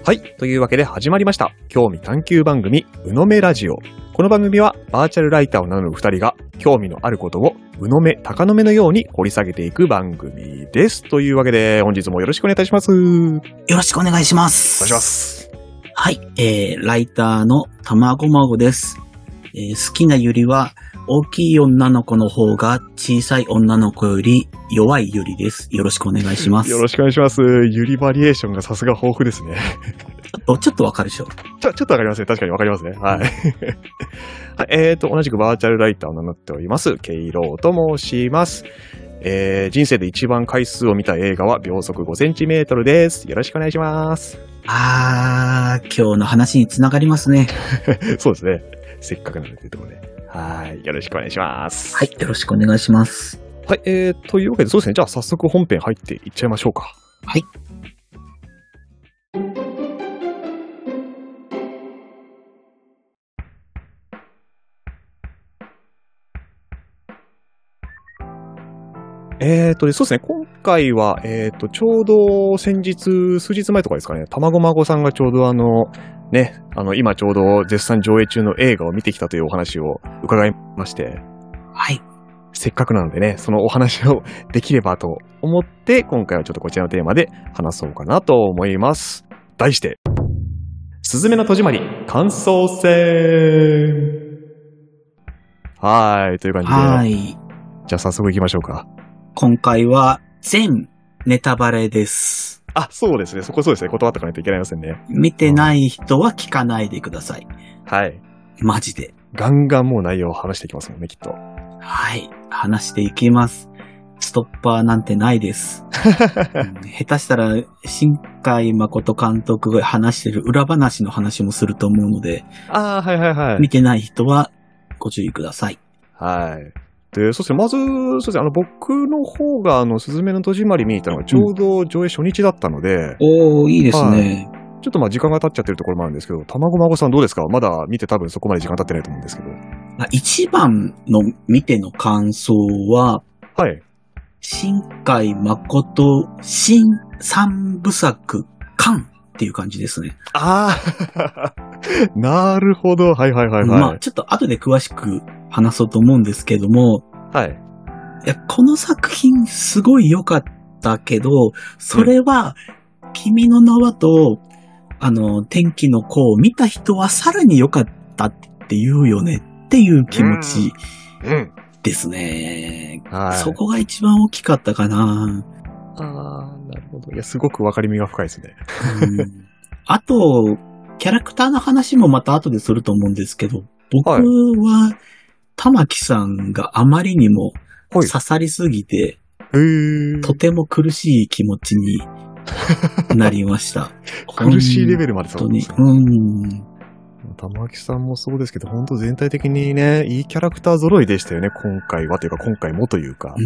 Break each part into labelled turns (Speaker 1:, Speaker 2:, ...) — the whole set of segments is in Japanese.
Speaker 1: はい。というわけで始まりました。興味探求番組、うのめラジオ。この番組はバーチャルライターを名乗る二人が興味のあることをうのめ、鷹の目のように掘り下げていく番組です。というわけで本日もよろしくお願いいたします。よ
Speaker 2: ろしくお願いします。
Speaker 1: お願いします。
Speaker 2: はい。ライターのたまごまごです。好きなゆりは大きい女の子の方が小さい女の子より弱いゆりです。よろしくお願いします。
Speaker 1: よろしくお願いします。ゆりバリエーションがさすが豊富ですね。
Speaker 2: ちょっとわかるでしょ。
Speaker 1: ちょっとわかりますね。確かにわかりますね。はい。はい、同じくバーチャルライターを名乗っております、ケイローと申します。人生で一番回数を見た映画は秒速5センチメートルです。よろしくお願いします。
Speaker 2: 今日の話につながりますね。
Speaker 1: そうですね。せっかくなのでというところで。はい。よろしくお願いします。
Speaker 2: はい。よろしくお願いします。
Speaker 1: はい。というわけでそうですね。じゃあ早速本編入っていっちゃいましょうか。
Speaker 2: はい。
Speaker 1: そうですね。今回は、ちょうど数日前とかですかね、たまごまごさんがちょうど今ちょうど絶賛上映中の映画を見てきたというお話を伺いまして。
Speaker 2: はい。
Speaker 1: せっかくなのでね、そのお話をできればと思って、今回はちょっとこちらのテーマで話そうかなと思います。題して、すずめの戸締まり、感想戦。はい、という感じで。
Speaker 2: はい。
Speaker 1: じゃあ早速行きましょうか。
Speaker 2: 今回は全ネタバレです。
Speaker 1: あ、そうですね。そうですね。断っておかないといけないませんね。
Speaker 2: 見てない人は聞かないでください。
Speaker 1: はい。
Speaker 2: マジで。
Speaker 1: ガンガンもう内容を話していきますもんね、きっと。
Speaker 2: はい。話していきます。ストッパーなんてないです。下手したら、新海誠監督が話してる裏話の話もすると思うので。
Speaker 1: はいはいはい。
Speaker 2: 見てない人はご注意ください。
Speaker 1: はい。で、そしてまず、そうですね、僕の方がすずめの戸締まり見に行ったのがちょうど上映初日だったので。
Speaker 2: いいですね。
Speaker 1: はい、ちょっと時間が経っちゃってるところもあるんですけど、たまごまごさんどうですか？まだ見て多分そこまで時間経ってないと思うんですけど。
Speaker 2: 一番の見ての感想は、
Speaker 1: はい。
Speaker 2: 新海誠新三部作完っていう感じですね。
Speaker 1: なるほど。はいはいはいはい。
Speaker 2: ちょっと後で詳しく話そうと思うんですけども。
Speaker 1: はい。
Speaker 2: いや、この作品すごい良かったけど、それは、君の名はと、天気の子を見た人はさらに良かったって言うよねっていう気持ちですね。
Speaker 1: はい。
Speaker 2: そこが一番大きかったかな。
Speaker 1: なるほど。いや、すごく分かりみが深いですね。
Speaker 2: あと、キャラクターの話もまた後ですると思うんですけど、僕は、玉木さんがあまりにも刺さりすぎて、とても苦しい気持ちになりました。
Speaker 1: 苦しいレベルまでそうですね。玉木さんもそうですけど、本当全体的にね、いいキャラクター揃いでしたよね、今回はというか、今回もというか。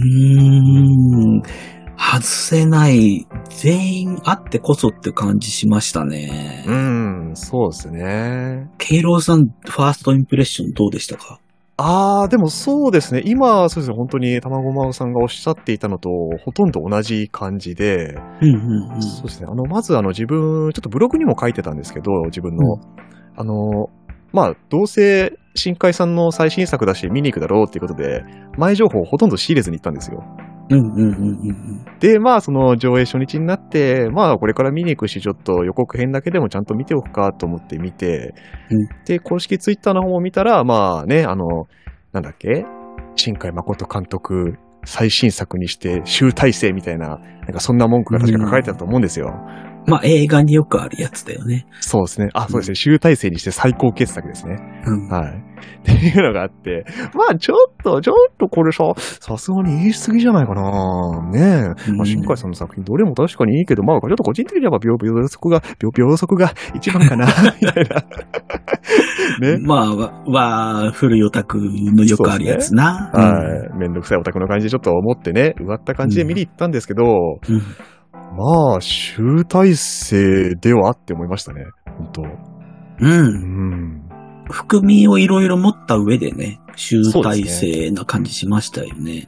Speaker 2: 外せない、全員あってこそって感じしましたね。
Speaker 1: そうですね。
Speaker 2: ケイローさん、ファーストインプレッションどうでしたか？
Speaker 1: でもそうですね。今、そうですね。本当に、たまごまごさんがおっしゃっていたのと、ほとんど同じ感じで。そうですね。まず自分、ちょっとブログにも書いてたんですけど、自分の。どうせ、新海さんの最新作だし、見に行くだろうっていうことで、前情報をほとんど仕入れずに行ったんですよ。で、その上映初日になって、これから見に行くし、ちょっと予告編だけでもちゃんと見ておくかと思って見て、で、公式ツイッターの方を見たら、なんだっけ？新海誠監督最新作にして集大成みたいな、そんな文句が確か書かれてたと思うんですよ。
Speaker 2: 映画によくあるやつだよね。
Speaker 1: そうですね。そうですね。集大成にして最高傑作ですね。はい。っていうのがあって、ちょっとこれさすがに言い過ぎじゃないかなねえ。新海さんの作品どれも確かにいいけど、ちょっと個人的には秒速が一番かな、みたいな。
Speaker 2: ね。古いオタクのよくあるやつな。
Speaker 1: はい。めんどくさいオタクの感じでちょっと思ってね、植わった感じで見に行ったんですけど、集大成ではって思いましたね。本当。
Speaker 2: 含みをいろいろ持った上でね、集大成な感じしましたよね。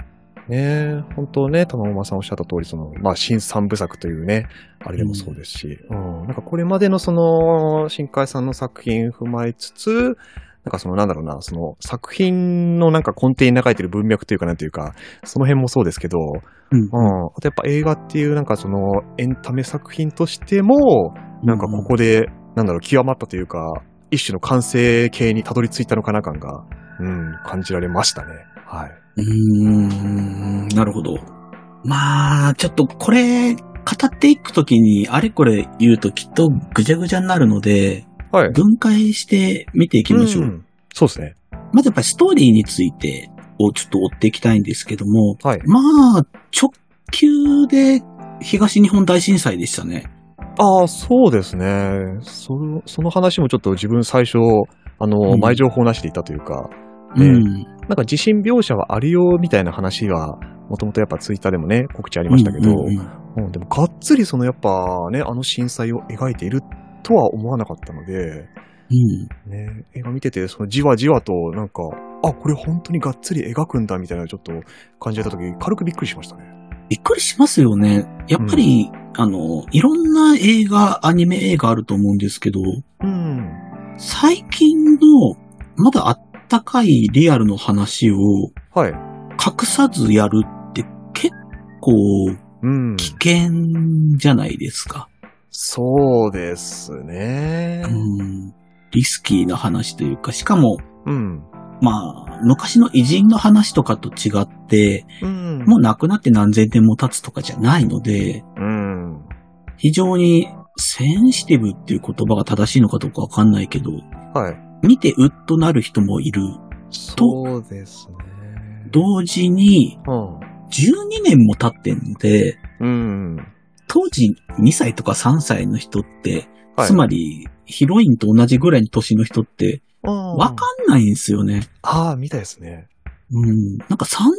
Speaker 1: ね。本当ね、玉駒さんおっしゃった通り、新三部作というね、あれでもそうですし、なんかこれまでの新海さんの作品踏まえつつ、なんかなんだろうな、作品のなんか根底に流れてる文脈というかなんていうか、その辺もそうですけど、あとやっぱ映画っていうなんかエンタメ作品としても、なんかここで、なんだろう、極まったというか、一種の完成形にたどり着いたのかな感が、感じられましたね。はい。
Speaker 2: なるほど。まあ、ちょっとこれ、語っていくときに、あれこれ言うときっとぐちゃぐちゃになるので、はい。分解して見ていきましょう。
Speaker 1: そうですね。
Speaker 2: まずやっぱりストーリーについてをちょっと追っていきたいんですけども、はい。まあ、直球で東日本大震災でしたね。
Speaker 1: ああ、そうですね。その話もちょっと自分最初、前情報なしでいたというか、なんか地震描写はあるよみたいな話は、もともとやっぱツイッターでもね、告知ありましたけど、でもがっつりやっぱね、震災を描いているとは思わなかったので、ね、映画見てて、じわじわとなんか、これ本当にがっつり描くんだみたいなちょっと感じたとき、軽くびっくりしましたね。
Speaker 2: びっくりしますよね。やっぱり、いろんな映画、アニメ映画あると思うんですけど、最近の、まだあったかいリアルの話を、隠さずやるって結構、危険じゃないですか。
Speaker 1: そうですね。
Speaker 2: リスキーな話というか、しかも、まあ、昔の偉人の話とかと違って、もう亡くなって何千年も経つとかじゃないので、非常にセンシティブっていう言葉が正しいのかどうかわかんないけど、見てうっとなる人もいる。
Speaker 1: そうですね。
Speaker 2: 同時に、12年も経ってんので、当時2歳とか3歳の人って、つまりヒロインと同じぐらいの年の人って、わかんないんですよね。
Speaker 1: ああ、みたいですね。
Speaker 2: なんか3分の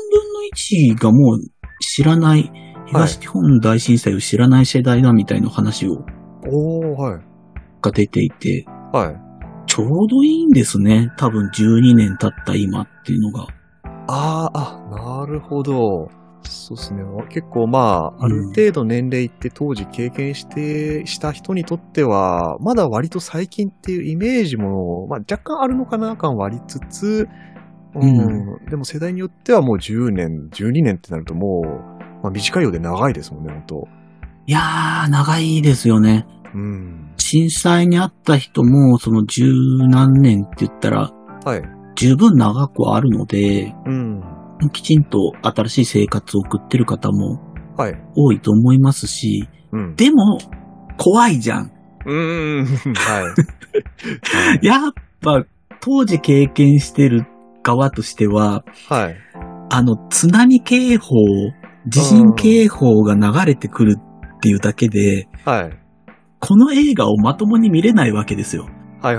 Speaker 2: 1がもう知らない、東日本大震災を知らない世代だみたいな話を、が出ていて、ちょうどいいんですね。多分12年経った今っていうのが。
Speaker 1: なるほど。そうですね。結構ある程度年齢って当時経験した人にとっては、まだ割と最近っていうイメージも、若干あるのかな感はありつつ、でも世代によってはもう10年、12年ってなるともう、短いようで長いですもんね、本当。
Speaker 2: いやー、長いですよね。震災にあった人も、その十何年って言ったら、十分長くはあるので、きちんと新しい生活を送ってる方も多いと思いますし、でも怖いじゃん。やっぱ当時経験してる側としては、津波警報、地震警報が流れてくるっていうだけで、この映画をまともに見れないわけですよ。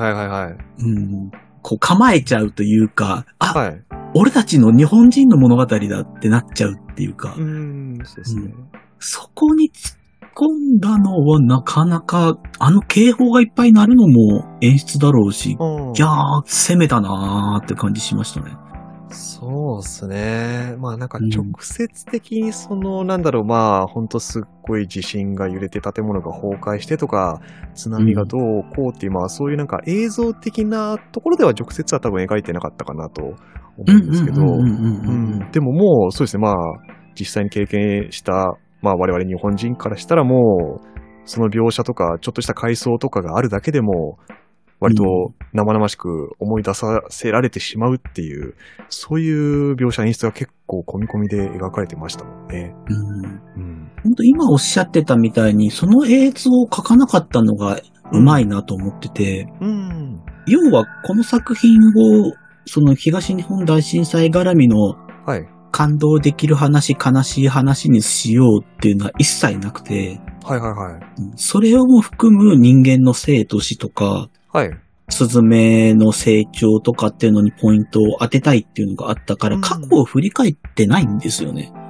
Speaker 2: こう構えちゃうというか、俺たちの日本人の物語だってなっちゃうっていうか、
Speaker 1: そうですね。
Speaker 2: そこに突っ込んだのはなかなか、警報がいっぱい鳴るのも演出だろうし、いやー、攻めたなーって感じしましたね。
Speaker 1: そうですね。なんか直接的にほんとすっごい地震が揺れて建物が崩壊してとか、津波がどうこうっていう、そういうなんか映像的なところでは直接は多分描いてなかったかなと思うんですけど、でももうそうですね、実際に経験した、我々日本人からしたらもう、その描写とか、ちょっとした回想とかがあるだけでも、割と生々しく思い出させられてしまうっていう、そういう描写演出が結構込み込みで描かれてましたもんね。
Speaker 2: 本当今おっしゃってたみたいに、その映像を描かなかったのがうまいなと思ってて、要はこの作品を、その東日本大震災絡みの感動できる話、悲しい話にしようっていうのは一切なくて、それをも含む人間の生と死とか、スズメの成長とかっていうのにポイントを当てたいっていうのがあったから、過去を振り返ってないんですよね。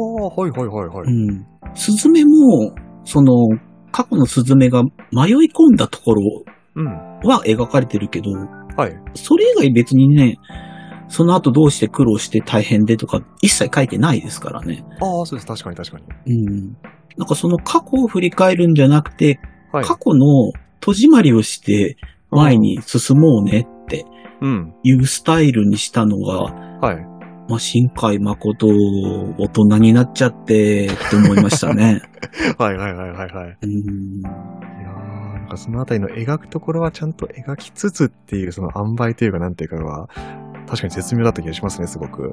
Speaker 2: スズメも、その、過去のスズメが迷い込んだところは描かれてるけど、それ以外別にね、 その後どうして苦労して大変でとか一切書いてないですからね。
Speaker 1: ああ、そうです。確かに確かに。
Speaker 2: うん。なんかその過去を振り返るんじゃなくて、
Speaker 1: はい。
Speaker 2: 過去の戸締まりをして前に進もうねっていうスタイルにしたのが、
Speaker 1: はい。
Speaker 2: まあ、新海誠大人になっちゃってって思いましたね。
Speaker 1: はいはいはいはいはい。いやー、なんかそのあたりの描くところはちゃんと描きつつっていうその塩梅というかなんていうかは、確かに絶妙だった気がしますね、すごく。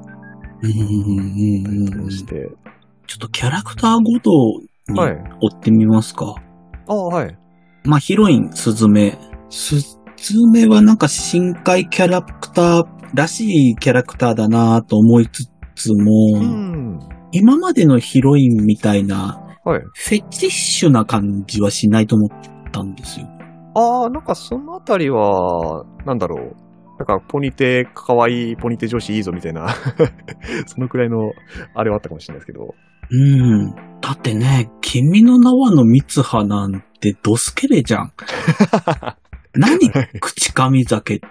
Speaker 1: して。
Speaker 2: ちょっとキャラクターごとに追ってみますか。
Speaker 1: ああ、はい。
Speaker 2: まあ、ヒロイン、スズメ。スズメはなんか深海キャラクターらしいキャラクターだなと思いつつも、今までのヒロインみたいな、フェティッシュな感じはしないと思ったんですよ。
Speaker 1: ああ、なんかそのあたりは、なんだろう。なんかポニテ、かわいいポニテ女子いいぞみたいな、そのくらいの、あれはあったかもしれないですけど。
Speaker 2: だってね、君の名はの三葉なんてドスケベじゃん。何口噛酒って。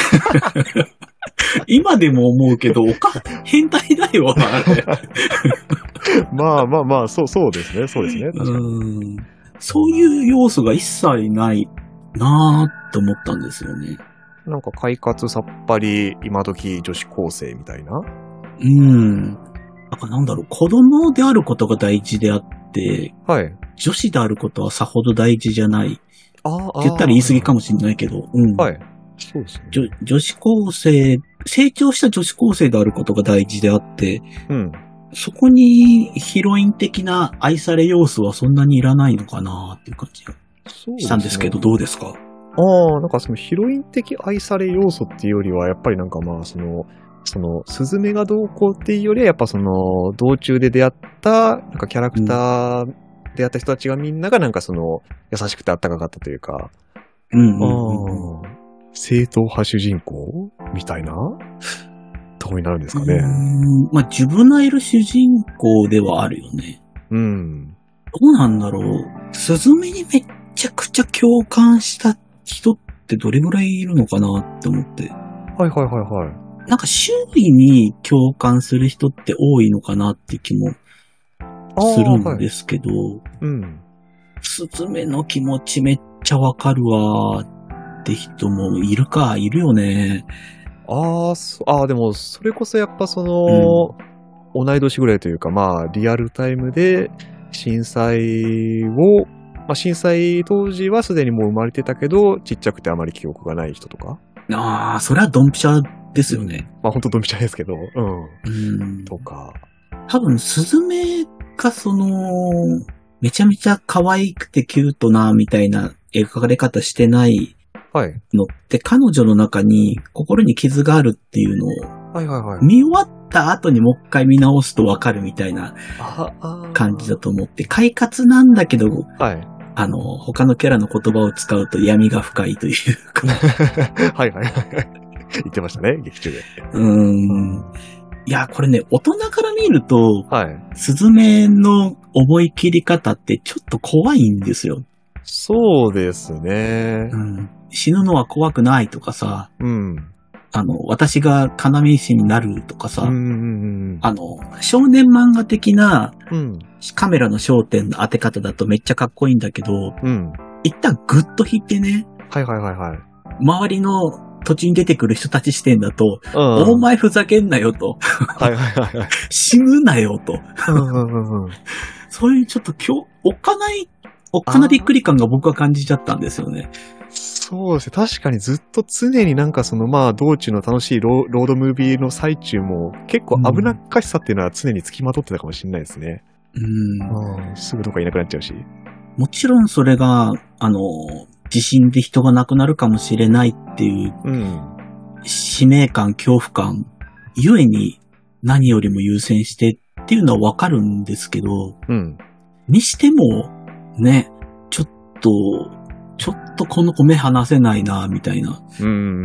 Speaker 2: 今でも思うけど、変態だよ、あれ。
Speaker 1: まあまあまあ、そうですね、そうですね。
Speaker 2: そういう要素が一切ないなーって思ったんですよね。
Speaker 1: なんか快活さっぱり今時女子高生みたいな。
Speaker 2: なんかなんだろう、子供であることが大事であって、
Speaker 1: はい。
Speaker 2: 女子であることはさほど大事じゃない。って言ったら言い過ぎかもしれないけど、
Speaker 1: はい。そうですね。
Speaker 2: 女子高生、成長した女子高生であることが大事であって、そこにヒロイン的な愛され要素はそんなにいらないのかなっていう感じがしたんですけど、どうですか？
Speaker 1: なんかそのヒロイン的愛され要素っていうよりは、やっぱりなんかまあその、スズメがどうこうっていうよりは、やっぱその、道中で出会った、なんかキャラクターで出会った人たちがみんながなんかその、優しくてあったかかったというか、正統派主人公みたいなとこになるんですかね。
Speaker 2: まあ、ジュブナイル主人公ではあるよね。どうなんだろう。スズメにめっちゃくちゃ共感した人ってどれぐらいいるのかなって思って。なんか周囲に共感する人って多いのかなって気もするんですけど、スズメの気持ちめっちゃわかるわーって人もいるよね。
Speaker 1: でもそれこそやっぱその、同い年ぐらいというか、まあリアルタイムで震災を、まあ震災当時はすでにもう生まれてたけど、ちっちゃくてあまり記憶がない人とか。
Speaker 2: それはドンピシャですよね。
Speaker 1: まあ本当ドンピシャですけど、とか。
Speaker 2: 多分スズメがその、めちゃめちゃ可愛くてキュートなみたいな描かれ方してないのって、彼女の中に心に傷があるっていうのを、見終わった後にもう一回見直すとわかるみたいな感じだと思って、快活なんだけど、他のキャラの言葉を使うと闇が深いというか。
Speaker 1: 言ってましたね、劇中で。
Speaker 2: いや、これね、大人から見ると、スズメの思い切り方ってちょっと怖いんですよ。
Speaker 1: そうですね。
Speaker 2: 死ぬのは怖くないとかさ、私が要石になるとかさ、少年漫画的なカメラの焦点の当て方だとめっちゃかっこいいんだけど、一旦グッと引いてね、周りの土地に出てくる人たち視点だと、お前ふざけんなよと、死ぬなよと、そういうちょっとおっかなびっくり感が僕は感じちゃったんですよね。
Speaker 1: そうですね。確かにずっと常になんかそのまあ道中の楽しいロードムービーの最中も結構危なっかしさっていうのは常につきまとってたかもしれないですね。すぐどっかいなくなっちゃうし。
Speaker 2: もちろんそれが、地震で人が亡くなるかもしれないっていう、使命感、恐怖感、ゆえに何よりも優先してっていうのはわかるんですけど、にしても、ね、ちょっとこの子目離せないな、みたいな。どう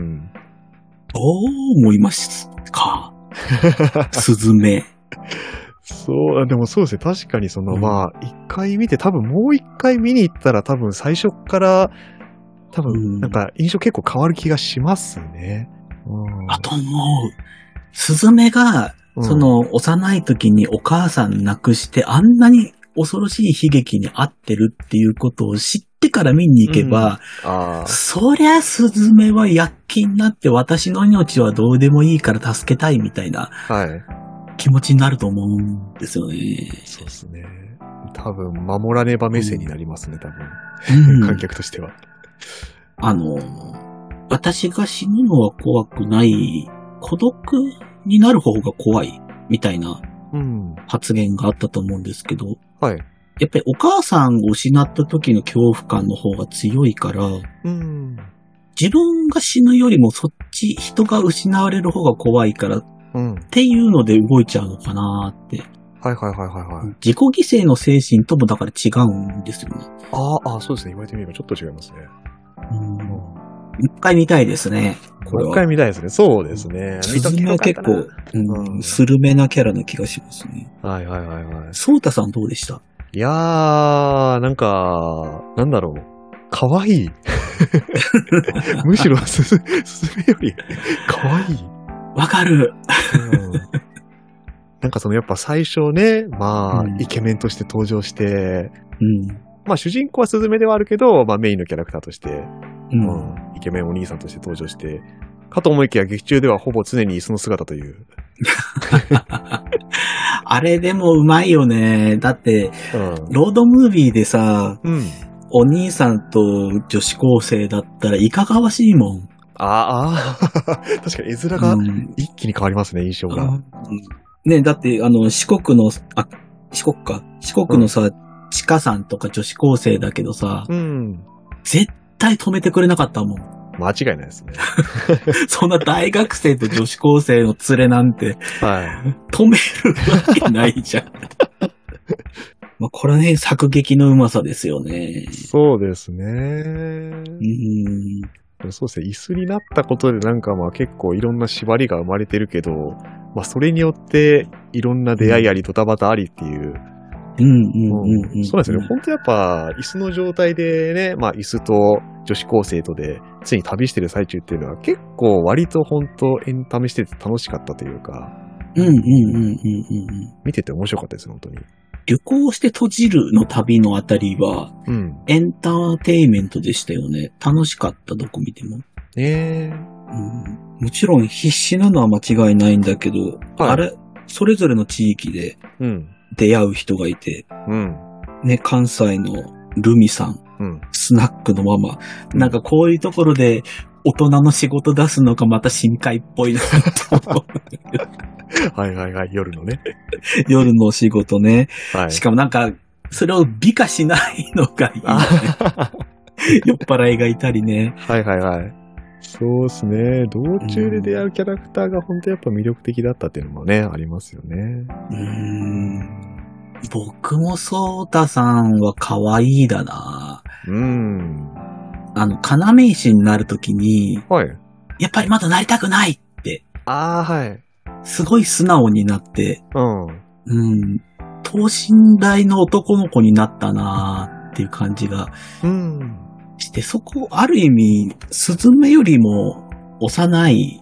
Speaker 2: 思いますかスズメ。
Speaker 1: でもそうですね。確かにまあ、一回見て多分もう一回見に行ったら多分最初から、多分なんか印象結構変わる気がしますね。
Speaker 2: あともう、スズメが、幼い時にお母さん亡くして、あんなに恐ろしい悲劇に遭ってるっていうことを知ってから見に行けば、そりゃスズメは躍起になって私の命はどうでもいいから助けたいみたいな気持ちになると思うんですよね。
Speaker 1: そうですね。多分、守らねば目線になりますね、多分。観客としては。
Speaker 2: 私が死ぬのは怖くない、孤独になる方が怖い、みたいな発言があったと思うんですけど、やっぱりお母さんを失った時の恐怖感の方が強いから、自分が死ぬよりもそっち、人が失われる方が怖いから、っていうので動いちゃうのかなって。自己犠牲の精神ともだから違うんですよね。
Speaker 1: そうですね。言われてみればちょっと違いますね。
Speaker 2: 一回見たいですね。
Speaker 1: もう一回見たいですね。そうですね。
Speaker 2: スズメは結構、スルメなキャラな気がしますね。ソータさんどうでした？
Speaker 1: いやー、なんか、なんだろう。かわいい。むしろスズメよりかわいい。
Speaker 2: わかる。
Speaker 1: なんかやっぱ最初ね、イケメンとして登場して、主人公はスズメではあるけど、メインのキャラクターとして、イケメンお兄さんとして登場して、かと思いきや劇中ではほぼ常に椅子の姿という。
Speaker 2: あれでもうまいよね。だって、ロードムービーでさ、お兄さんと女子高生だったらいかがわしいもん。
Speaker 1: 確かに絵面が一気に変わりますね、印象が。
Speaker 2: ね、だって四国のさ、チカさんとか女子高生だけどさ、絶対止めてくれなかったもん。
Speaker 1: 間違いないですね。
Speaker 2: そんな大学生と女子高生の連れなんて、止めるわけないじゃん。これね、作劇のうまさですよね。
Speaker 1: そうですね。そうですね。椅子になったことでなんか結構いろんな縛りが生まれてるけど、それによっていろんな出会いありドタバタありっていう。そうですね。本当やっぱ椅子の状態でね、椅子と女子高生とで常に旅してる最中っていうのは結構割と本当エンタメしてて楽しかったというか。見てて面白かったですね、本当に。
Speaker 2: 旅行して閉じるの旅のあたりは、エンターテイメントでしたよね。楽しかった、どこ見ても。もちろん必死なのは間違いないんだけど、あれ、それぞれの地域で出会う人がいて、ね、関西のルミさん、スナックのママ、なんかこういうところで大人の仕事出すのがまた深海っぽいなと思う。
Speaker 1: 夜のね。
Speaker 2: 夜の仕事ね。しかもなんか、それを美化しないのがいい、ね。酔っ払いがいたりね。
Speaker 1: そうですね。道中で出会うキャラクターが本当やっぱ魅力的だったっていうのもね、ありますよね。
Speaker 2: 僕もソータさんは可愛いだな。要石になるときに、やっぱりまだなりたくないって。すごい素直になって、等身大の男の子になったなーっていう感じがして、そこ、ある意味、スズメよりも幼い、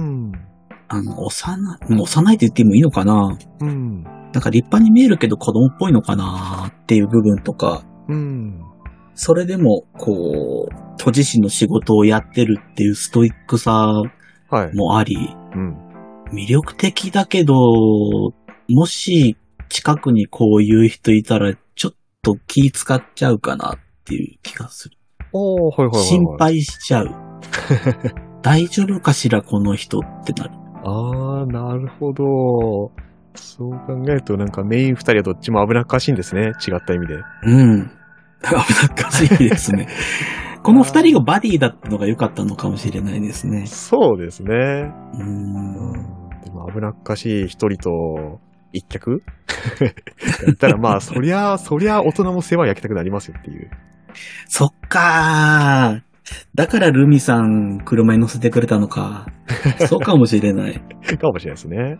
Speaker 2: 幼いって言ってもいいのかな、なんか立派に見えるけど子供っぽいのかなっていう部分とか、それでも、都知事の仕事をやってるっていうストイックさもあり、魅力的だけど、もし近くにこういう人いたらちょっと気使っちゃうかなっていう気がする。心配しちゃう。大丈夫かしらこの人ってなる。
Speaker 1: なるほど。そう考えるとなんかメイン二人はどっちも危なっかしいんですね。違った意味で。
Speaker 2: 危なっかしいですね。この二人がバディだったのが良かったのかもしれないですね。
Speaker 1: そうですね。でも危なっかしい一人と一脚やったらそりゃ大人も世話焼きたくなりますよっていう。
Speaker 2: そっかー。だからルミさん車に乗せてくれたのか。そうかもしれない。
Speaker 1: かもしれないですね。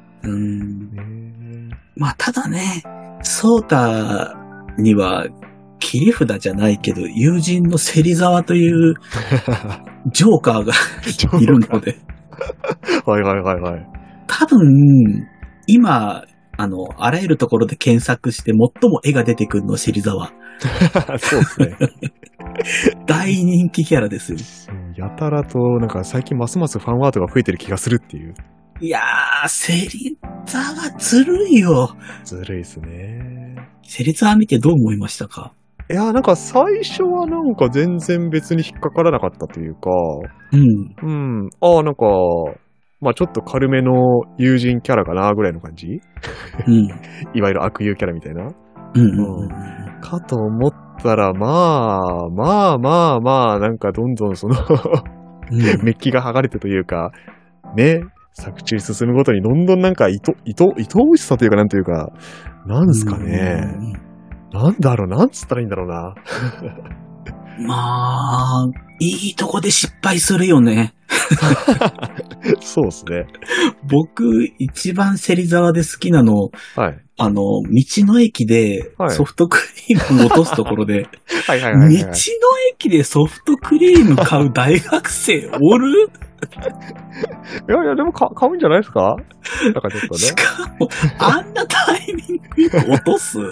Speaker 2: ただね、ソータには切り札じゃないけど、友人の芹沢というジョーカーがいるので。
Speaker 1: はいはいはいはい。
Speaker 2: 多分、今、あらゆるところで検索して最も絵が出てくるのは芹沢。
Speaker 1: そうですね。
Speaker 2: 大人気キャラですよ。
Speaker 1: やたらと、なんか最近ますますファンワードが増えてる気がするっていう。
Speaker 2: いやー、芹沢ずるいよ。
Speaker 1: ずるいですね。
Speaker 2: 芹沢見てどう思いましたか？
Speaker 1: いや、なんか最初はなんか全然別に引っかからなかったというか、
Speaker 2: うん。
Speaker 1: うん。ああ、なんか、まあちょっと軽めの友人キャラかなぐらいの感じ。
Speaker 2: うん。
Speaker 1: いわゆる悪友キャラみたいな。
Speaker 2: うん。
Speaker 1: かと思ったら、まあ、なんかどんどんそのメッキが剥がれてというか、ね、作中進むごとにどんどんなんか愛おしさというかなんというか、なんすかね。なんだろう、なんつったらいいんだろうな。
Speaker 2: まあ、いいとこで失敗するよね。
Speaker 1: そうですね。
Speaker 2: 僕、一番芹沢で好きなの、
Speaker 1: はい。
Speaker 2: 道の駅でソフトクリームを落とすところで、
Speaker 1: はい。道
Speaker 2: の駅でソフトクリーム買う大学生おる？
Speaker 1: いや、でも買うんじゃないですか？なんかちょっとね。
Speaker 2: しかも、あんなタイミングで落とす。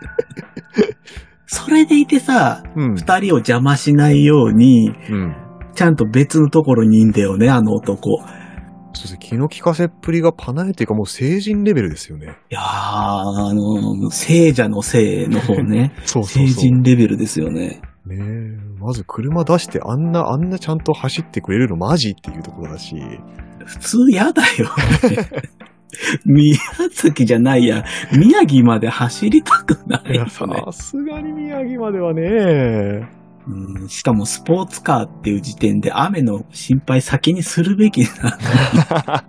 Speaker 2: それでいてさ、二人を邪魔しないように、ちゃんと別のところにいんだよね、あの男。
Speaker 1: そうですね、気の利かせっぷりがパナエっていうかもう成人レベルですよね。
Speaker 2: いやー、聖者の聖の方ね。
Speaker 1: そう。
Speaker 2: 成人レベルですよね。
Speaker 1: ねえ、まず車出してあんなちゃんと走ってくれるのマジっていうところだし。
Speaker 2: 普通嫌だよ、ね。宮崎じゃないや、宮城まで走りたくないよね。
Speaker 1: さすがに宮城まではね。
Speaker 2: しかもスポーツカーっていう時点で雨の心配先にするべきなんだ。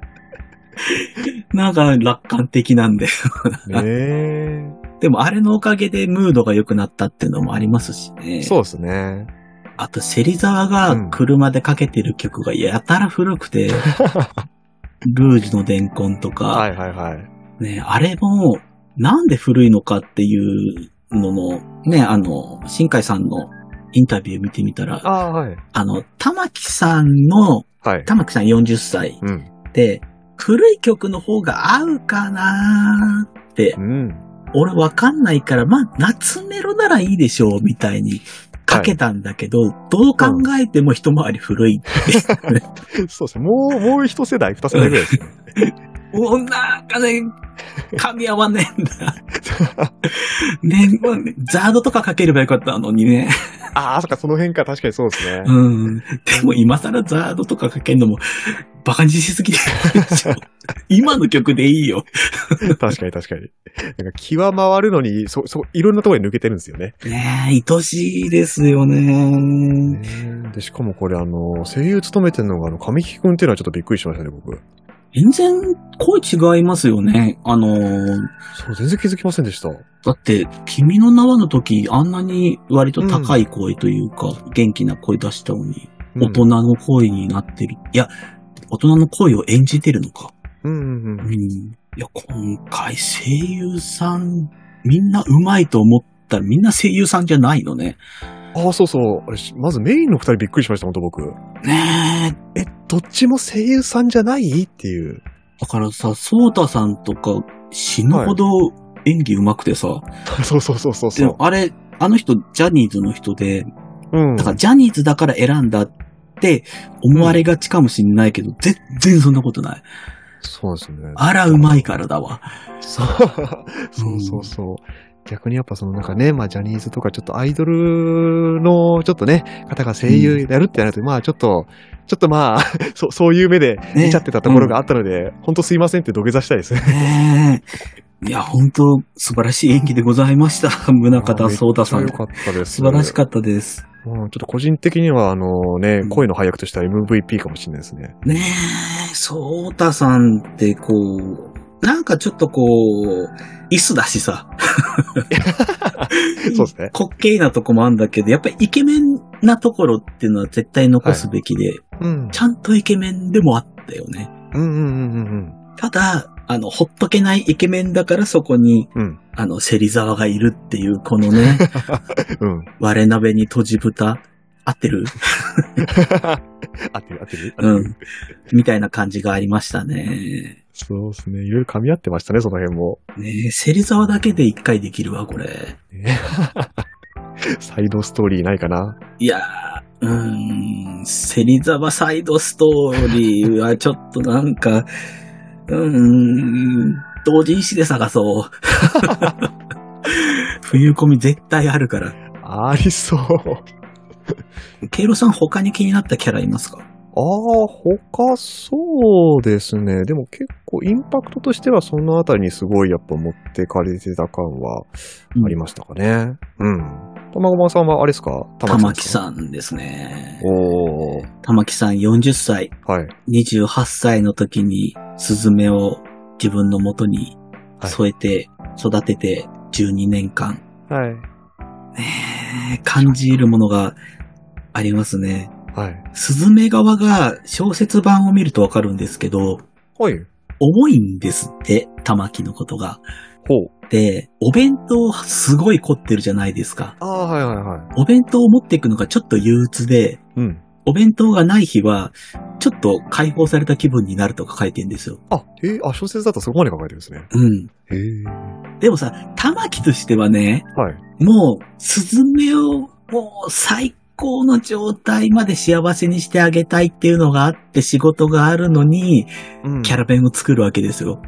Speaker 2: なんか楽観的なんだよ。
Speaker 1: ね。
Speaker 2: でもあれのおかげでムードが良くなったっていうのもありますしね。
Speaker 1: そうですね。
Speaker 2: あと芹沢が車でかけてる曲がやたら古くて、ルージュの伝言とか、
Speaker 1: はい。
Speaker 2: ね、あれもなんで古いのかっていうのの、ね、新海さんのインタビュー見てみたら、玉木さん玉木さん40歳で、古い曲の方が合うかなーって、俺わかんないから、まあ、夏メロならいいでしょう、みたいにかけたんだけど、どう考えても一回り古いって。
Speaker 1: そうですね。もう一世代、二世代ぐらいですね。
Speaker 2: もうなんかね、噛み合わねえんだ。ね、ザードとかかければよかったのにね。
Speaker 1: ああ、そっか、その辺か、確かにそうですね。
Speaker 2: でも今更ザードとかかけるのも、バカにしすぎでしょ。今の曲でいいよ。
Speaker 1: 確かに。なんか気は回るのに、いろんなところに抜けてるんですよね。
Speaker 2: ねえ、愛しいですよね。
Speaker 1: で、しかもこれ声優務めてるのが神木くんっていうのはちょっとびっくりしましたね、僕。
Speaker 2: 全然声違いますよね。
Speaker 1: そう、全然気づきませんでした。
Speaker 2: だって、君の名はの時、あんなに割と高い声というか、元気な声出したのに、大人の声になってる。いや、大人の声を演じてるのか。いや、今回声優さん、みんな上手いと思ったらみんな声優さんじゃないのね。
Speaker 1: ああ、そう。まずメインの二人びっくりしました、本当僕。
Speaker 2: ねえ。
Speaker 1: どっちも声優さんじゃないっていう。
Speaker 2: だからさ、ソータさんとか死ぬほど演技上手くてさ。
Speaker 1: そう。
Speaker 2: でもあの人、ジャニーズの人で、だからジャニーズだから選んだって思われがちかもしれないけど、全然そんなことない。
Speaker 1: そうですね。
Speaker 2: あら、うまいからだわ。
Speaker 1: そう。逆にやっぱなんかね、まあジャニーズとかちょっとアイドルのちょっとね、方が声優やるってなると、まあちょっとまあ、そういう目で見ちゃってたところがあったので、本当すいませんって土下座したいですね。
Speaker 2: いや、本当素晴らしい演技でございました。宗像草太さん。
Speaker 1: よかったです。
Speaker 2: 素晴らしかったです。
Speaker 1: ちょっと個人的には声の配役としては MVP かもしれないですね。
Speaker 2: ねえ、草太さんってなんかちょっと椅子だしさ。
Speaker 1: そうですね。
Speaker 2: 滑稽なとこもあるんだけど、やっぱりイケメンなところっていうのは絶対残すべきで、ちゃんとイケメンでもあったよね。ただ、ほっとけないイケメンだからそこに、芹沢がいるっていう、このね、割れ鍋に閉じ蓋。 合ってる
Speaker 1: 合ってる
Speaker 2: うん。みたいな感じがありましたね。
Speaker 1: そうですね。いろいろ噛み合ってましたね、その辺も。
Speaker 2: ねえ、芹沢だけで1回できるわ、これ。
Speaker 1: サイドストーリーないかな。
Speaker 2: いやー、芹沢サイドストーリーはちょっとなんか、同人誌で探そう。冬込み絶対あるから。
Speaker 1: ありそう。
Speaker 2: ケイロさん他に気になったキャラいますか？
Speaker 1: 他そうですね。でも結構インパクトとしてはそのあたりにすごいやっぱ持ってかれてた感はありましたかね。うん。玉駒さんはあれですか？
Speaker 2: 玉木さんですね。
Speaker 1: おー。
Speaker 2: 玉木さん40歳。はい。28歳の時にスズメを自分の元に添えて育てて12年間。はい。感じるものがありますね。はい。スズメ側が小説版を見るとわかるんですけど、はい。重いんですって、玉木のことが。ほう。で、お弁当すごい凝ってるじゃないですか。はいはいはい。お弁当を持っていくのがちょっと憂鬱で、うん。お弁当がない日は、ちょっと解放された気分になるとか書いてるんですよ。
Speaker 1: 小説だとそこまで書かれてるんですね。
Speaker 2: うん。でもさ、玉木としてはね、はい。もう、スズメを、もう最高の状態まで幸せにしてあげたいっていうのがあって仕事があるのに、うん、キャラ弁を作るわけですよ。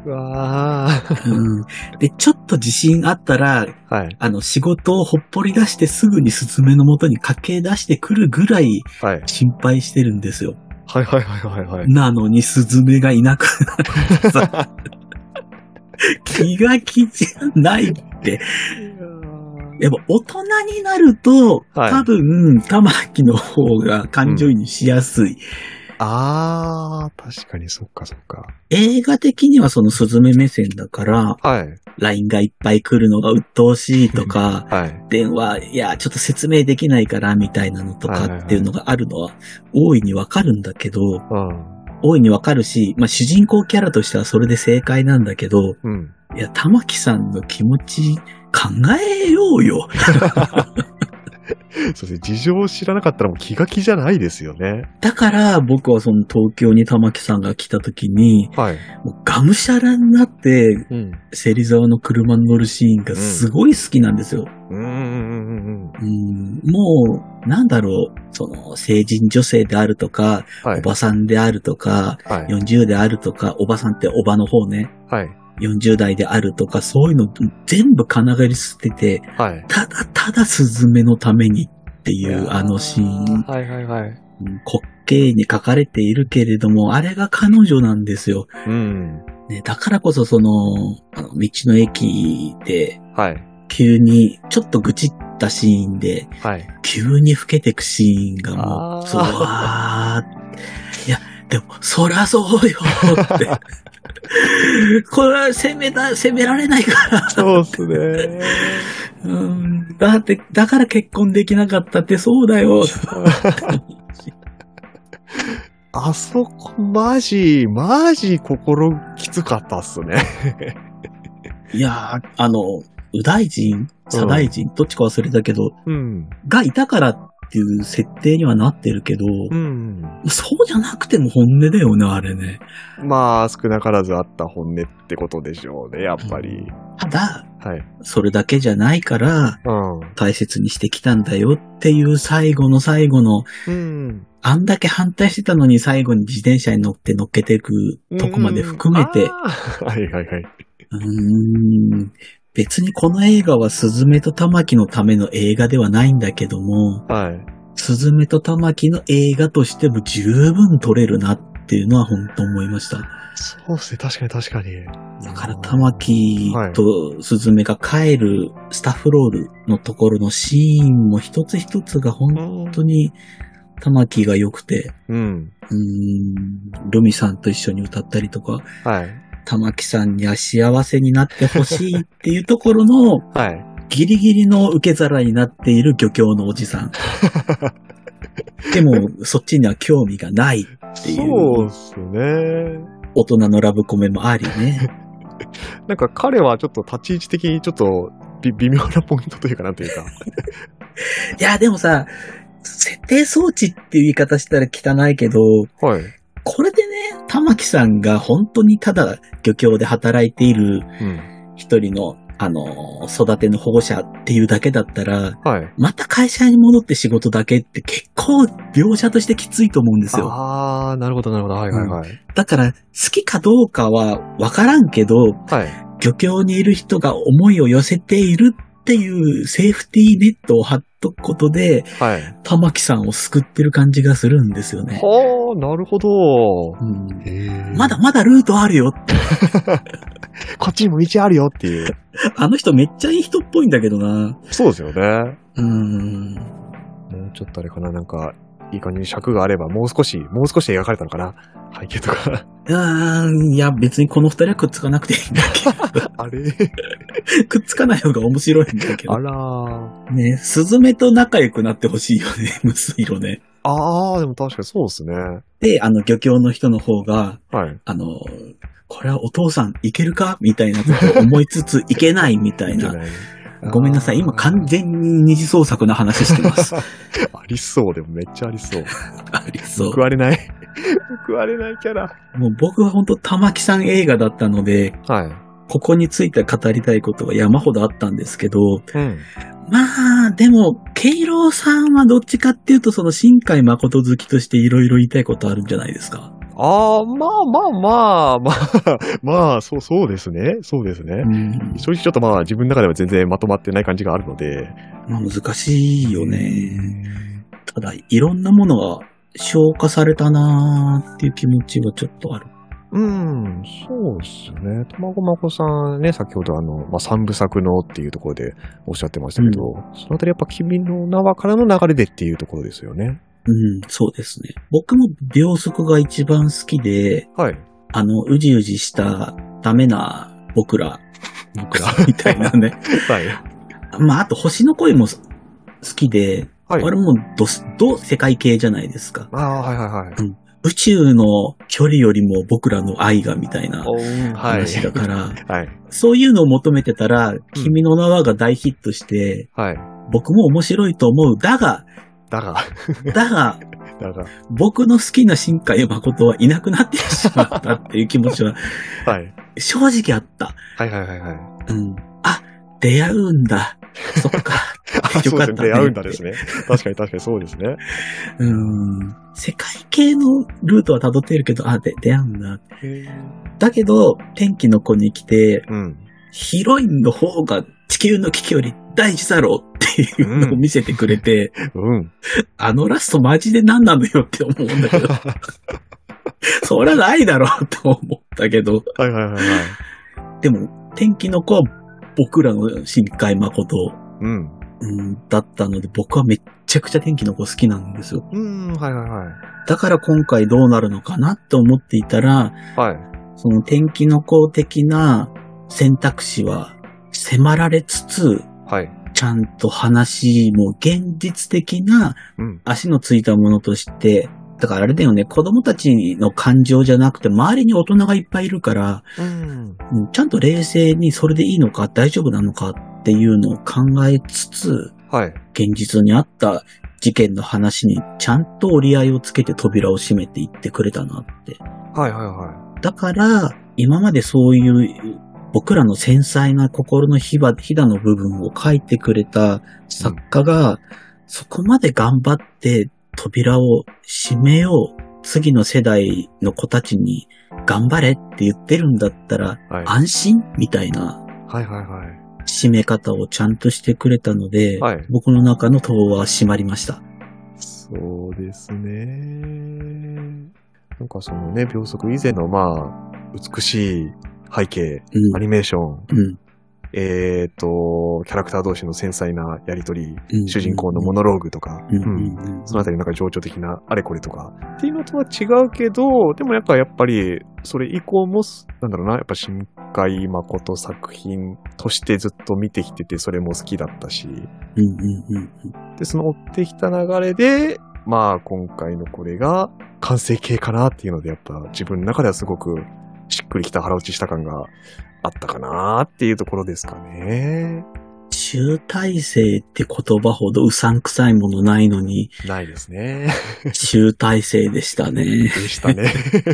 Speaker 2: で、ちょっと自信あったら、はい、仕事をほっぽり出してすぐにスズメの元に駆け出してくるぐらい、心配してるんですよ。はいはいはいはいはい。なのにスズメがいなくなるさ。気が気じゃないって。やっぱ大人になると、はい、多分、玉木の方が感情移入しやすい。
Speaker 1: 確かにそっかそっか。
Speaker 2: 映画的にはそのスズメ目線だから、はい。LINE がいっぱい来るのが鬱陶しいとか、はい。電話、いや、ちょっと説明できないからみたいなのとかっていうのがあるのは、大いにわかるんだけど、大いにわかるし、まあ主人公キャラとしてはそれで正解なんだけど、うん。いや、玉木さんの気持ち考えようよ。
Speaker 1: そうですね。事情を知らなかったらもう気が気じゃないですよね。
Speaker 2: だから僕はその東京に玉木さんが来た時に、はい、もうがむしゃらになって、芹沢の車に乗るシーンがすごい好きなんですよ。もう、なんだろう、その成人女性であるとか、はい、おばさんであるとか、はい、40であるとか、おばさんっておばの方ね。はい40代であるとか、そういうの全部かながり捨てて、はい、ただスズメのためにっていうあのシーン。はいはいはい。滑稽に書かれているけれども、あれが彼女なんですよ。うん。ね、だからこそ道の駅で、はい。急に、ちょっと愚痴ったシーンで、はい。急に老けてくシーンがもう、いや、でも、そりゃそうよって。これは責められないから。
Speaker 1: そうっすね。
Speaker 2: だから結婚できなかったってそうだよ。
Speaker 1: あそこ、マジ心きつかったっすね。
Speaker 2: いやー、右大臣、左大臣、どっちか忘れたけど、がいたからっていう設定にはなってるけど、そうじゃなくても本音だよね、あれね。
Speaker 1: まあ、少なからずあった本音ってことでしょうね、やっぱり。
Speaker 2: ただ、はい、それだけじゃないから、大切にしてきたんだよっていう最後の、あんだけ反対してたのに最後に自転車に乗っけていくとこまで含めて、
Speaker 1: はいはいはい。
Speaker 2: 別にこの映画はスズメと玉木のための映画ではないんだけども、はい。スズメと玉木の映画としても十分撮れるなっていうのは本当思いました。
Speaker 1: そうですね、確かに。
Speaker 2: だから玉木とスズメが帰るスタッフロールのところのシーンも一つ一つが本当に玉木が良くて、ルミさんと一緒に歌ったりとか、はい。玉木さんには幸せになってほしいっていうところの、はい、ギリギリの受け皿になっている漁協のおじさん。でも、そっちには興味がないっていう。
Speaker 1: そうですね。
Speaker 2: 大人のラブコメもありね。
Speaker 1: なんか彼はちょっと立ち位置的にちょっと微妙なポイントというかなんというか。
Speaker 2: いや、でもさ、設定装置っていう言い方したら汚いけど、
Speaker 1: はい。
Speaker 2: これでね、玉木さんが本当にただ漁協で働いている一人の、育ての保護者っていうだけだったら、
Speaker 1: はい。
Speaker 2: また会社に戻って仕事だけって結構描写としてきついと思うんですよ。
Speaker 1: ああ、なるほど、なるほど。はいはいはい。
Speaker 2: だから、好きかどうかはわからんけど、
Speaker 1: はい。
Speaker 2: 漁協にいる人が思いを寄せているっていうセーフティーネットを張っとくことで、
Speaker 1: はい。
Speaker 2: 玉木さんを救ってる感じがするんですよね。
Speaker 1: はあ、なるほど。
Speaker 2: まだまだルートあるよって。
Speaker 1: こっちにも道あるよっていう。
Speaker 2: あの人めっちゃいい人っぽいんだけどな。
Speaker 1: そうですよね。
Speaker 2: も
Speaker 1: うちょっとあれかな、なんか、いい感じに尺があれば、もう少し描かれたのかな、背景とか。
Speaker 2: いや、別にこの二人はくっつかなくていいんだけど。
Speaker 1: あれ
Speaker 2: くっつかない方が面白いんだけど。
Speaker 1: あらー。
Speaker 2: ね、スズメと仲良くなってほしいよね、むすいろね。
Speaker 1: ああ、でも確かにそうですね。
Speaker 2: で、漁協の人の方が、
Speaker 1: はい。
Speaker 2: これはお父さんいけるかみたいなことを思いつついけないみたいな。ごめんなさい、今完全に二次創作の話してます。
Speaker 1: ありそう、でもめっちゃありそう。
Speaker 2: ありそう。
Speaker 1: 報われないキャラ。
Speaker 2: もう僕は本当玉木さん映画だったので、
Speaker 1: はい。
Speaker 2: ここについて語りたいことは山ほどあったんですけど、
Speaker 1: ま
Speaker 2: あ、でも、ケイロウさんはどっちかっていうと、その新海誠好きとしていろいろ言いたいことあるんじゃないですか。
Speaker 1: そうですね。そうですね。正直ちょっと自分の中では全然まとまってない感じがあるので。
Speaker 2: 難しいよね。ただ、いろんなものが消化されたなーっていう気持ちはちょっとある。
Speaker 1: そうですね。玉子まこさんね、先ほど三部作のっていうところでおっしゃってましたけど、そのあたりやっぱ君の名はからの流れでっていうところですよね。
Speaker 2: そうですね。僕も秒速が一番好きで、
Speaker 1: はい。
Speaker 2: うじうじしたダメな僕らみたいなね。
Speaker 1: はい。
Speaker 2: あと星の恋も好きで、はい、あれも世界系じゃないですか。
Speaker 1: はい。
Speaker 2: 宇宙の距離よりも僕らの愛がみたいな話だから、はい、そういうのを求めてたら、君の名はが大ヒットして、僕も面白いと思う。だが、僕の好きな新海誠はいなくなってしまったっていう気持ちは、正直あった。出会うんだ。そっか。よかったね。
Speaker 1: 出会うんだですね。確かにそうですね。
Speaker 2: 世界系のルートは辿っているけど、出会うんだ。だけど、天気の子に来て、ヒロインの方が地球の危機より大事だろうっていうのを見せてくれて、ラストマジで何なのよって思うんだけど、そりゃないだろうと思ったけど、でも、天気の子は僕らの新海誠、だったので、僕はめっちゃくちゃ天気の子好きなんですよ。だから今回どうなるのかなって思っていたら、その天気の子的な選択肢は迫られつつ、ちゃんと話も現実的な足のついたものとして、だからあれだよね、子供たちの感情じゃなくて周りに大人がいっぱいいるから、ちゃんと冷静にそれでいいのか大丈夫なのかっていうのを考えつつ、現実にあった事件の話にちゃんと折り合いをつけて扉を閉めていってくれたなって。だから、今までそういう僕らの繊細な心のひだの部分を書いてくれた作家が、そこまで頑張って扉を閉めよう。次の世代の子たちに頑張れって言ってるんだったら、安心みたいな。締め方をちゃんとしてくれたので、僕の中の戸は閉まりました。
Speaker 1: そうですね。なんかそのね、秒速以前の美しい背景、アニメーション、キャラクター同士の繊細なやりとり、主人公のモノローグとか、そのあたりなんか情緒的なあれこれとか、っていうのとは違うけど、でもやっぱり、それ以降も、やっぱ新海誠作品としてずっと見てきてて、それも好きだったし、で、その追ってきた流れで、今回のこれが完成形かなっていうので、やっぱ自分の中ではすごくしっくりきた腹落ちした感があったかなっていうところですかね。
Speaker 2: 集大成って言葉ほどうさんくさいものないのに。
Speaker 1: ないですね。
Speaker 2: 集大成でしたね。
Speaker 1: でしたね。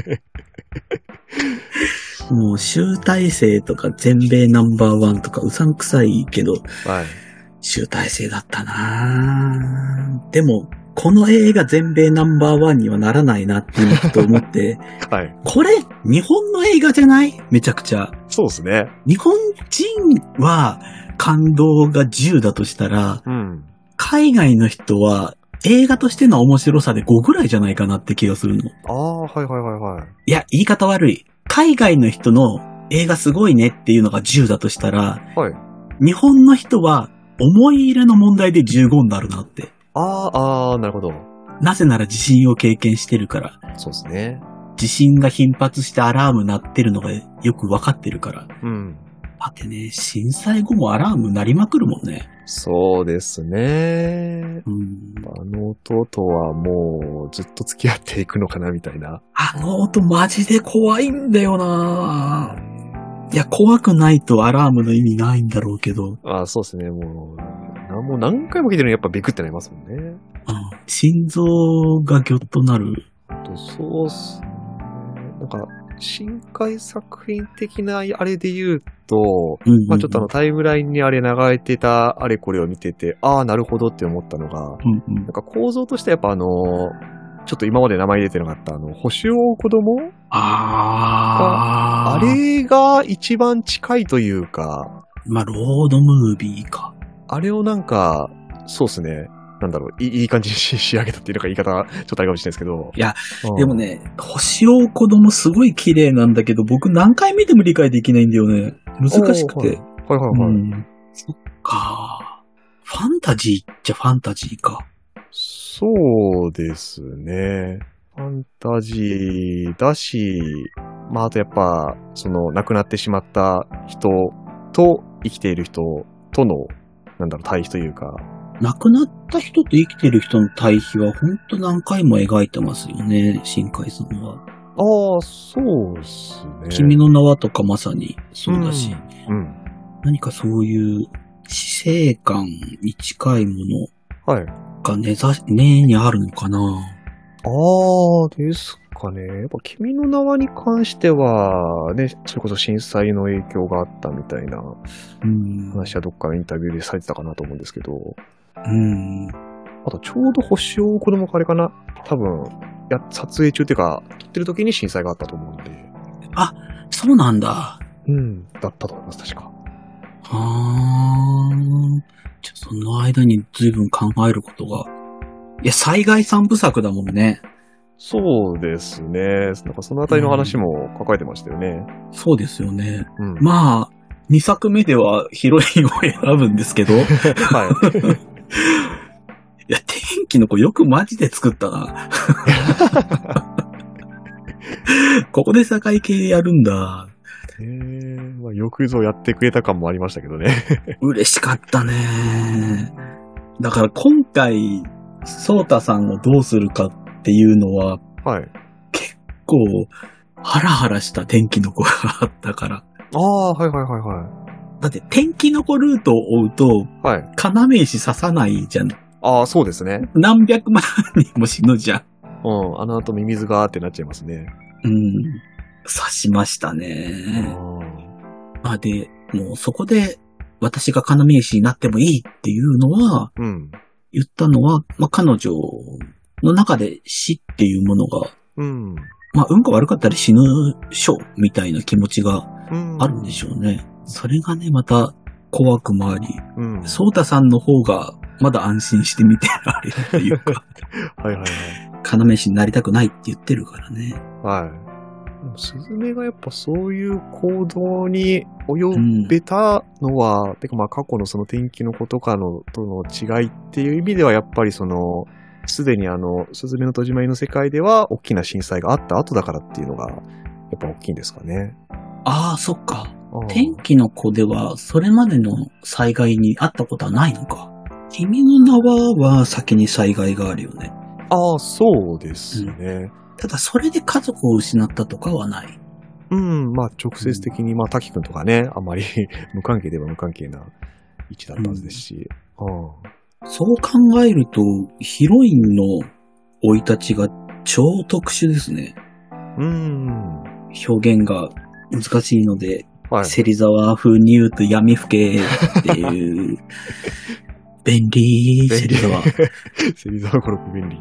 Speaker 2: もう集大成とか全米ナンバーワンとかうさんくさいけど、はい、集大成だったなぁ。でも、この映画全米ナンバーワンにはならないなっていうことを思って、はい、これ日本の映画じゃない？めちゃくちゃ。
Speaker 1: そうですね。
Speaker 2: 日本人は感動が10だとしたら、うん、海外の人は映画としての面白さで5ぐらいじゃないかなって気がするの。
Speaker 1: ああ、はいはいはいはい。
Speaker 2: いや、言い方悪い。海外の人の映画すごいねっていうのが10だとしたら、はい、日本の人は思い入れの問題で15になるなって。
Speaker 1: ああ、なるほど。
Speaker 2: なぜなら地震を経験してるから。
Speaker 1: そうですね。
Speaker 2: 地震が頻発してアラーム鳴ってるのがよくわかってるから。うん。だってね、震災後もアラーム鳴りまくるもんね。
Speaker 1: そうですね。うん。あの音とはもうずっと付き合っていくのかなみたいな。
Speaker 2: あの音マジで怖いんだよな。いや、怖くないとアラームの意味ないんだろうけど。
Speaker 1: ああ、そうですね。もう何回も聞いてるのにやっぱビクってなりますもんね。
Speaker 2: うん。心臓がギョッとなる。
Speaker 1: そうっすね。なんか、深海作品的なあれで言うと、まあちょっとタイムラインにあれ流れてたあれこれを見てて、ああ、なるほどって思ったのが、なんか構造としてやっぱちょっと今まで名前出てなかった星を追う子供あれが一番近いというか、
Speaker 2: まあロードムービーか。
Speaker 1: あれをなんか、そうですね。なんだろう、いい感じに仕上げたっていうのか言い方、ちょっとあれかもしれないですけど。
Speaker 2: いや、でもね、星を追う子供すごい綺麗なんだけど、僕何回見ても理解できないんだよね。難しくて。
Speaker 1: はいはいはい。うん、
Speaker 2: そっか。ファンタジーっちゃファンタジーか。
Speaker 1: そうですね。ファンタジーだし、まああとやっぱ、亡くなってしまった人と生きている人との、なんだろう、対比というか。
Speaker 2: 亡くなった人と生きてる人の対比はほんと何回も描いてますよね、新海さんは。
Speaker 1: ああ、そうですね。
Speaker 2: 君の名はとかまさにそうだし、何かそういう死生観に近いものが根にあるのかな。
Speaker 1: ああ、ですかね。やっぱ君の名はに関しては、ね、それこそ震災の影響があったみたいな話はどっかのインタビューでされてたかなと思うんですけど。あとちょうど星を追う子供かあれかな。多分、撮影中っていうか、撮ってる時に震災があったと思うんで。
Speaker 2: あ、そうなんだ。
Speaker 1: だったと思います、確か。
Speaker 2: じゃあその間に随分考えることが。いや、災害三部作だもんね。
Speaker 1: そうですね。なんかそのあたりの話も書かれてましたよね。
Speaker 2: そうですよね。まあ、2作目ではヒロインを選ぶんですけど。はい。いや、天気の子よくマジで作ったな。ここで境系やるんだ。
Speaker 1: まあ、よくぞやってくれた感もありましたけどね。
Speaker 2: 嬉しかったね。だから今回、ソータさんをどうするかっていうのは、はい、結構ハラハラした天気の子があったから。
Speaker 1: ああ、はいはいはいはい。
Speaker 2: だって天気の子ルートを追うと、はい、要石刺さないじゃん。
Speaker 1: ああ、そうですね。
Speaker 2: 何百万人も死ぬじゃん。
Speaker 1: あの後ミミズがーってなっちゃいますね。
Speaker 2: 刺しましたね。まあで、もうそこで私が要石になってもいいっていうのは、言ったのは、まあ彼女の中で死っていうものが、まあ運が悪かったら死ぬしょみたいな気持ちがあるんでしょうね。それがね、また怖くもあり、ソータさんの方がまだ安心して見てられるっていうか、はいはいはい。要石になりたくないって言ってるからね。
Speaker 1: はい。スズメがやっぱそういう行動に及べたのは、てかまあ過去のその天気の子とかのとの違いっていう意味ではやっぱりすでにスズメの戸締まりの世界では大きな震災があった後だからっていうのがやっぱ大きいんですかね。
Speaker 2: ああ、そっか。天気の子ではそれまでの災害にあったことはないのか。君の名は先に災害があるよね。
Speaker 1: ああ、そうですね。
Speaker 2: ただそれで家族を失ったとかはない。
Speaker 1: まあ直接的に、まあ滝くんとかね、あんまり無関係では無関係な位置だったはずですし。
Speaker 2: そう考えると、ヒロインの生い立ちが超特殊ですね。表現が難しいので、芹沢風に言うと闇更けっていう、便利、芹沢。
Speaker 1: 芹沢語録便利。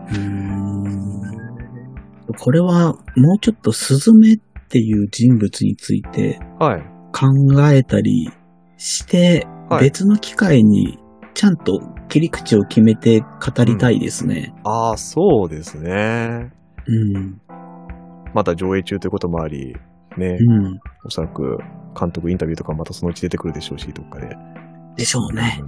Speaker 2: これはもうちょっとスズメっていう人物について考えたりして、別の機会にちゃんと切り口を決めて語りたいですね。
Speaker 1: そうですね。まだ上映中ということもあり、ね。おそらく監督インタビューとかまたそのうち出てくるでしょうし、どっかで。
Speaker 2: でしょうね。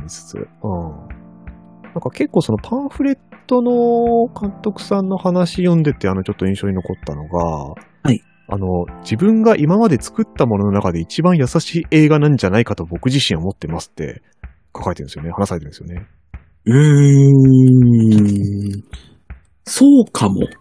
Speaker 1: なんか結構そのパンフレットの監督さんの話読んでて、ちょっと印象に残ったのが、自分が今まで作ったものの中で一番優しい映画なんじゃないかと僕自身は思ってますって書かれてるんですよね。話されてるんですよね。
Speaker 2: そうかも。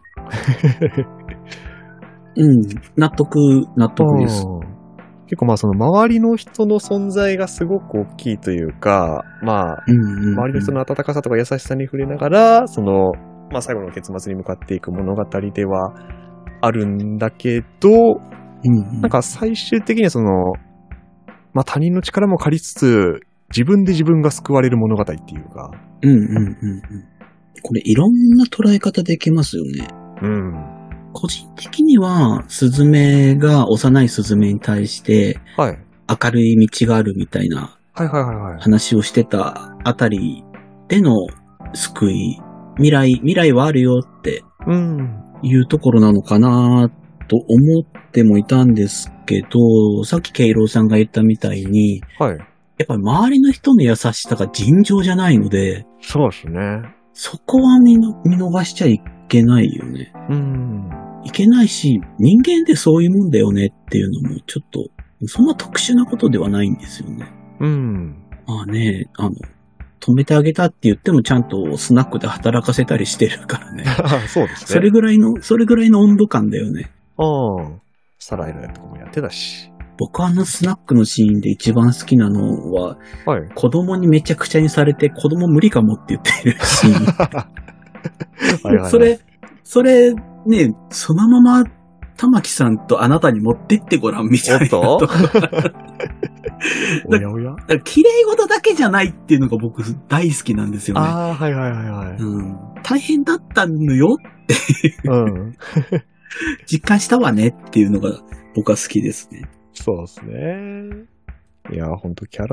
Speaker 2: 納得です。
Speaker 1: 結構その周りの人の存在がすごく大きいというか、周りの人の温かさとか優しさに触れながら、その、最後の結末に向かっていく物語ではあるんだけど、なんか最終的にはその、他人の力も借りつつ、自分で自分が救われる物語っていうか。
Speaker 2: これいろんな捉え方できますよね。個人的には、スズメが幼いスズメに対して、明るい道があるみたいな話をしてたあたりでの救い、未来はあるよっていうところなのかなと思ってもいたんですけど、さっきケイロウさんが言ったみたいに、やっぱり周りの人の優しさが尋常じゃないので、
Speaker 1: そうですね。
Speaker 2: そこは見逃しちゃいけないよね。いけないし、人間ってそういうもんだよねっていうのも、ちょっと、そんな特殊なことではないんですよね。止めてあげたって言ってもちゃんとスナックで働かせたりしてるからね。
Speaker 1: そうですね。
Speaker 2: それぐらいの温度感だよね。
Speaker 1: サライラとかもやってたし。
Speaker 2: 僕スナックのシーンで一番好きなのは、子供にめちゃくちゃにされて子供無理かもって言ってるシーン。それね、そのまま玉木さんとあなたに持ってってごらんみたいなと。おやおや？綺麗事だけじゃないっていうのが僕大好きなんですよね。大変だったのよって実感したわねっていうのが僕は好きですね。
Speaker 1: そうですね。いや、みんなキャ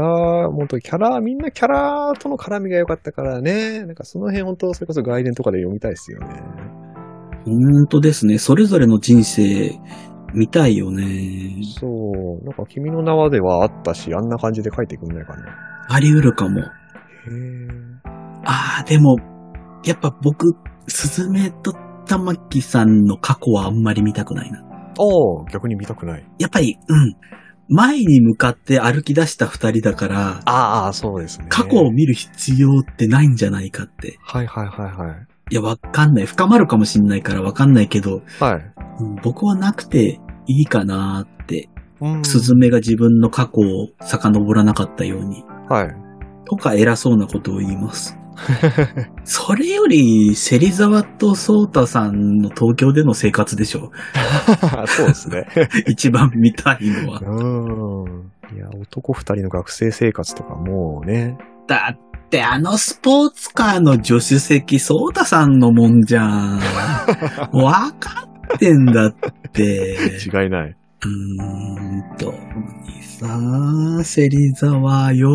Speaker 1: ラとの絡みが良かったからね。なんかその辺それこそ外伝とかで読みたいですよね。
Speaker 2: 本当ですね。それぞれの人生見たいよね。
Speaker 1: そう。なんか君の名はではあったし、あんな感じで書いてくんないかな。
Speaker 2: あり得るかも。でも、やっぱ僕、スズメと玉木さんの過去はあんまり見たくないな。
Speaker 1: 逆に見たくない。
Speaker 2: やっぱり、前に向かって歩き出した二人だから、
Speaker 1: そうですね。
Speaker 2: 過去を見る必要ってないんじゃないかって。いや、わかんない。深まるかもしんないからわかんないけど、僕はなくていいかなーって。スズメが自分の過去を遡らなかったように。とか偉そうなことを言います。それより、芹沢と颯太さんの東京での生活でしょ。
Speaker 1: そうですね。
Speaker 2: 一番見たいのは。
Speaker 1: いや、男二人の学生生活とかもうね。
Speaker 2: だってスポーツカーの助手席、颯太さんのもんじゃん。わかってんだって。
Speaker 1: 違いない。
Speaker 2: にさ、芹沢よ。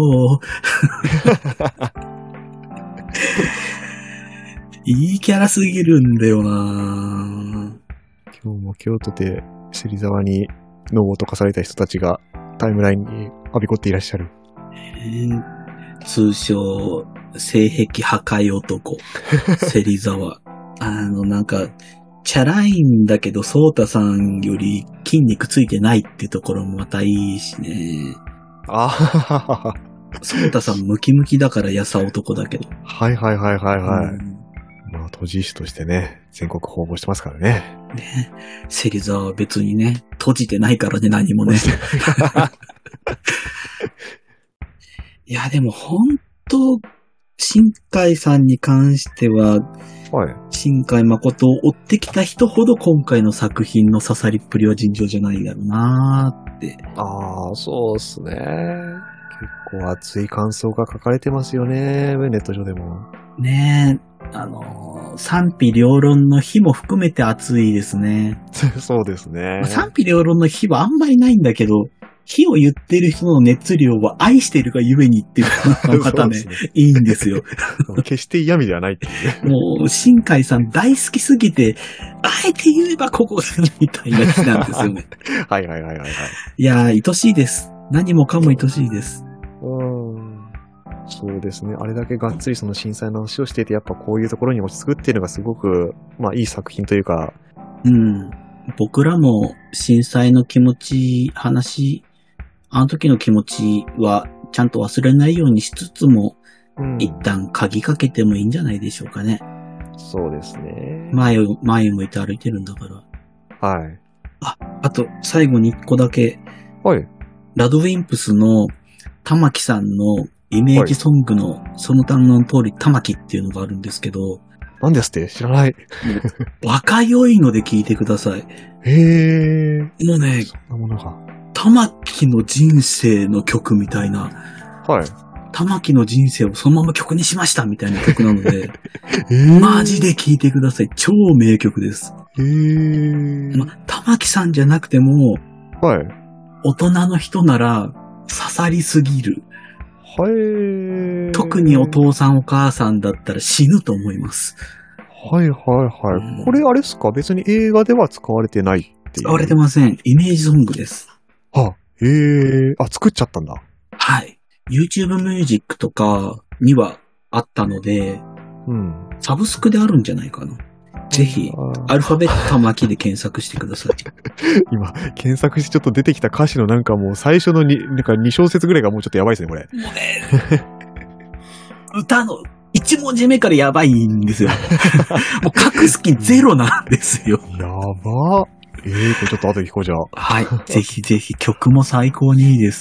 Speaker 2: いいキャラすぎるんだよな。
Speaker 1: 今日も京都で芹沢に脳を溶かされた人たちがタイムラインにはびこっていらっしゃる。
Speaker 2: 通称、性癖破壊男、芹沢。なんか、チャラいんだけど、颯太さんより筋肉ついてないってところもまたいいしね。颯太さんムキムキだからやさ男だけど。
Speaker 1: 都知事としてね、全国放送してますからね。
Speaker 2: 芹沢は別にね、閉じてないからね、何もね。 いや、でも本当、新海さんに関しては、
Speaker 1: はい。
Speaker 2: 新海誠を追ってきた人ほど今回の作品の刺さりっぷりは尋常じゃないだろうなーって。
Speaker 1: ああ、そうですね。結構熱い感想が書かれてますよね。ネット上でも。
Speaker 2: ねえ、賛否両論の日も含めて熱いですね。
Speaker 1: そうですね。
Speaker 2: 賛否両論の日はあんまりないんだけど、火を言ってる人の熱量は愛してるがゆえに言ってるのがまたね、いいんですよ。
Speaker 1: 決して嫌味ではないっていう。
Speaker 2: もう、新海さん大好きすぎて、あえて言えばここみたいな日なんですよね。
Speaker 1: はいはいはいはい。
Speaker 2: いやー、愛しいです。何もかも愛しいです。
Speaker 1: そうですね。あれだけがっつりその震災の話をしていて、やっぱこういうところに落ち着くっていうのがすごく、まあいい作品というか。
Speaker 2: うん。僕らも震災の気持ち、あの時の気持ちはちゃんと忘れないようにしつつも、一旦鍵かけてもいいんじゃないでしょうかね。
Speaker 1: そうですね。
Speaker 2: 前を向いて歩いてるんだから。
Speaker 1: はい。
Speaker 2: あと、最後に一個だけ。
Speaker 1: はい。
Speaker 2: ラドウィンプスの玉木さんのイメージソングの、その単語の通り玉木っていうのがあるんですけど。
Speaker 1: 何ですって知らない。
Speaker 2: 若良いので聞いてください。
Speaker 1: へー。
Speaker 2: もうね、
Speaker 1: そんなものが。
Speaker 2: 玉木の人生の曲みたいな。
Speaker 1: はい。
Speaker 2: 玉木の人生をそのまま曲にしましたみたいな曲なので、マジで聴いてください。超名曲です。玉木さんじゃなくても、
Speaker 1: はい。
Speaker 2: 大人の人なら刺さりすぎる。
Speaker 1: はい。
Speaker 2: 特にお父さんお母さんだったら死ぬと思います。
Speaker 1: はいはいはい。これあれですか？別に映画では使われてないっていう。
Speaker 2: 使われてません。イメージソングです。
Speaker 1: 作っちゃったんだ。
Speaker 2: はい。YouTube ミュージックとかにはあったので、サブスクであるんじゃないかな。ぜひ、アルファベット玉木で検索してください。
Speaker 1: 今、検索してちょっと出てきた歌詞のなんかもう最初のなんか2小節ぐらいがもうちょっとやばいですね、これ。もうね、
Speaker 2: 歌の1文字目からやばいんですよ。もう書く隙ゼロなんですよ。
Speaker 1: やば。これちょっと後で聞こうじゃあ。
Speaker 2: はい。ぜひぜひ曲も最高にいいです。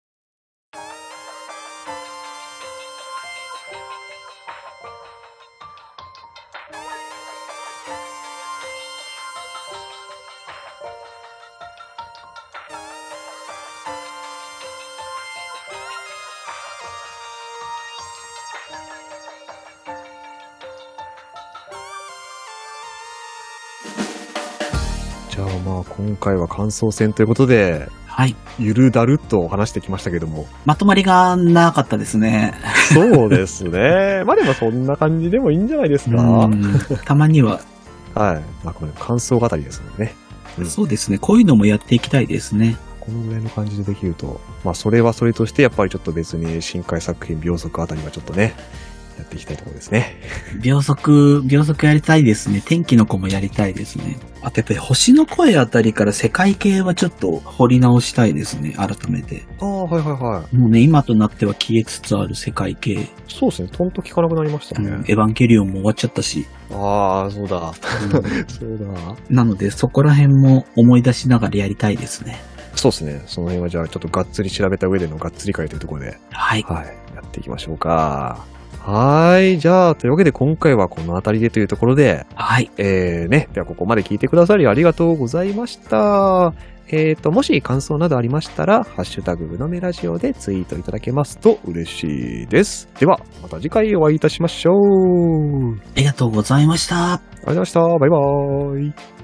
Speaker 1: じゃあまあ今回は感想戦ということで、
Speaker 2: はい。
Speaker 1: ゆるだるっと話してきましたけども。
Speaker 2: まとまりがなかったですね。
Speaker 1: そうですね。まあでもそんな感じでもいいんじゃないですか。
Speaker 2: たまには。
Speaker 1: はい。まあこれ感想語りですもんね。
Speaker 2: そうですね。こういうのもやっていきたいですね。
Speaker 1: このぐらいの感じでできると、まあそれはそれとしてやっぱりちょっと別に深海作品秒速あたりはちょっとね、やっていきたいところですね。
Speaker 2: 秒速やりたいですね。天気の子もやりたいですね。あとやっぱり星の声あたりから世界系はちょっと掘り直したいですね。改めて。
Speaker 1: はいはいはい。
Speaker 2: もうね、今となっては消えつつある世界系。
Speaker 1: そうですね。とんと聞かなくなりましたね。
Speaker 2: エヴァンゲリオンも終わっちゃったし。
Speaker 1: ああ、そうだ。そうだ。
Speaker 2: なのでそこら辺も思い出しながらやりたいですね。
Speaker 1: そうですね。その辺はじゃあちょっとがっつり調べた上でのがっつり会というところで。
Speaker 2: はい。
Speaker 1: はい。やっていきましょうか。はい。じゃあ、というわけで今回はこの辺りでというところで。
Speaker 2: はい。
Speaker 1: ではここまで聞いてくださりありがとうございました。もし感想などありましたら、ハッシュタグうのめラジオでツイートいただけますと嬉しいです。では、また次回お会いいたしましょう。
Speaker 2: ありがとうございました。
Speaker 1: ありがとうございました。バイバーイ。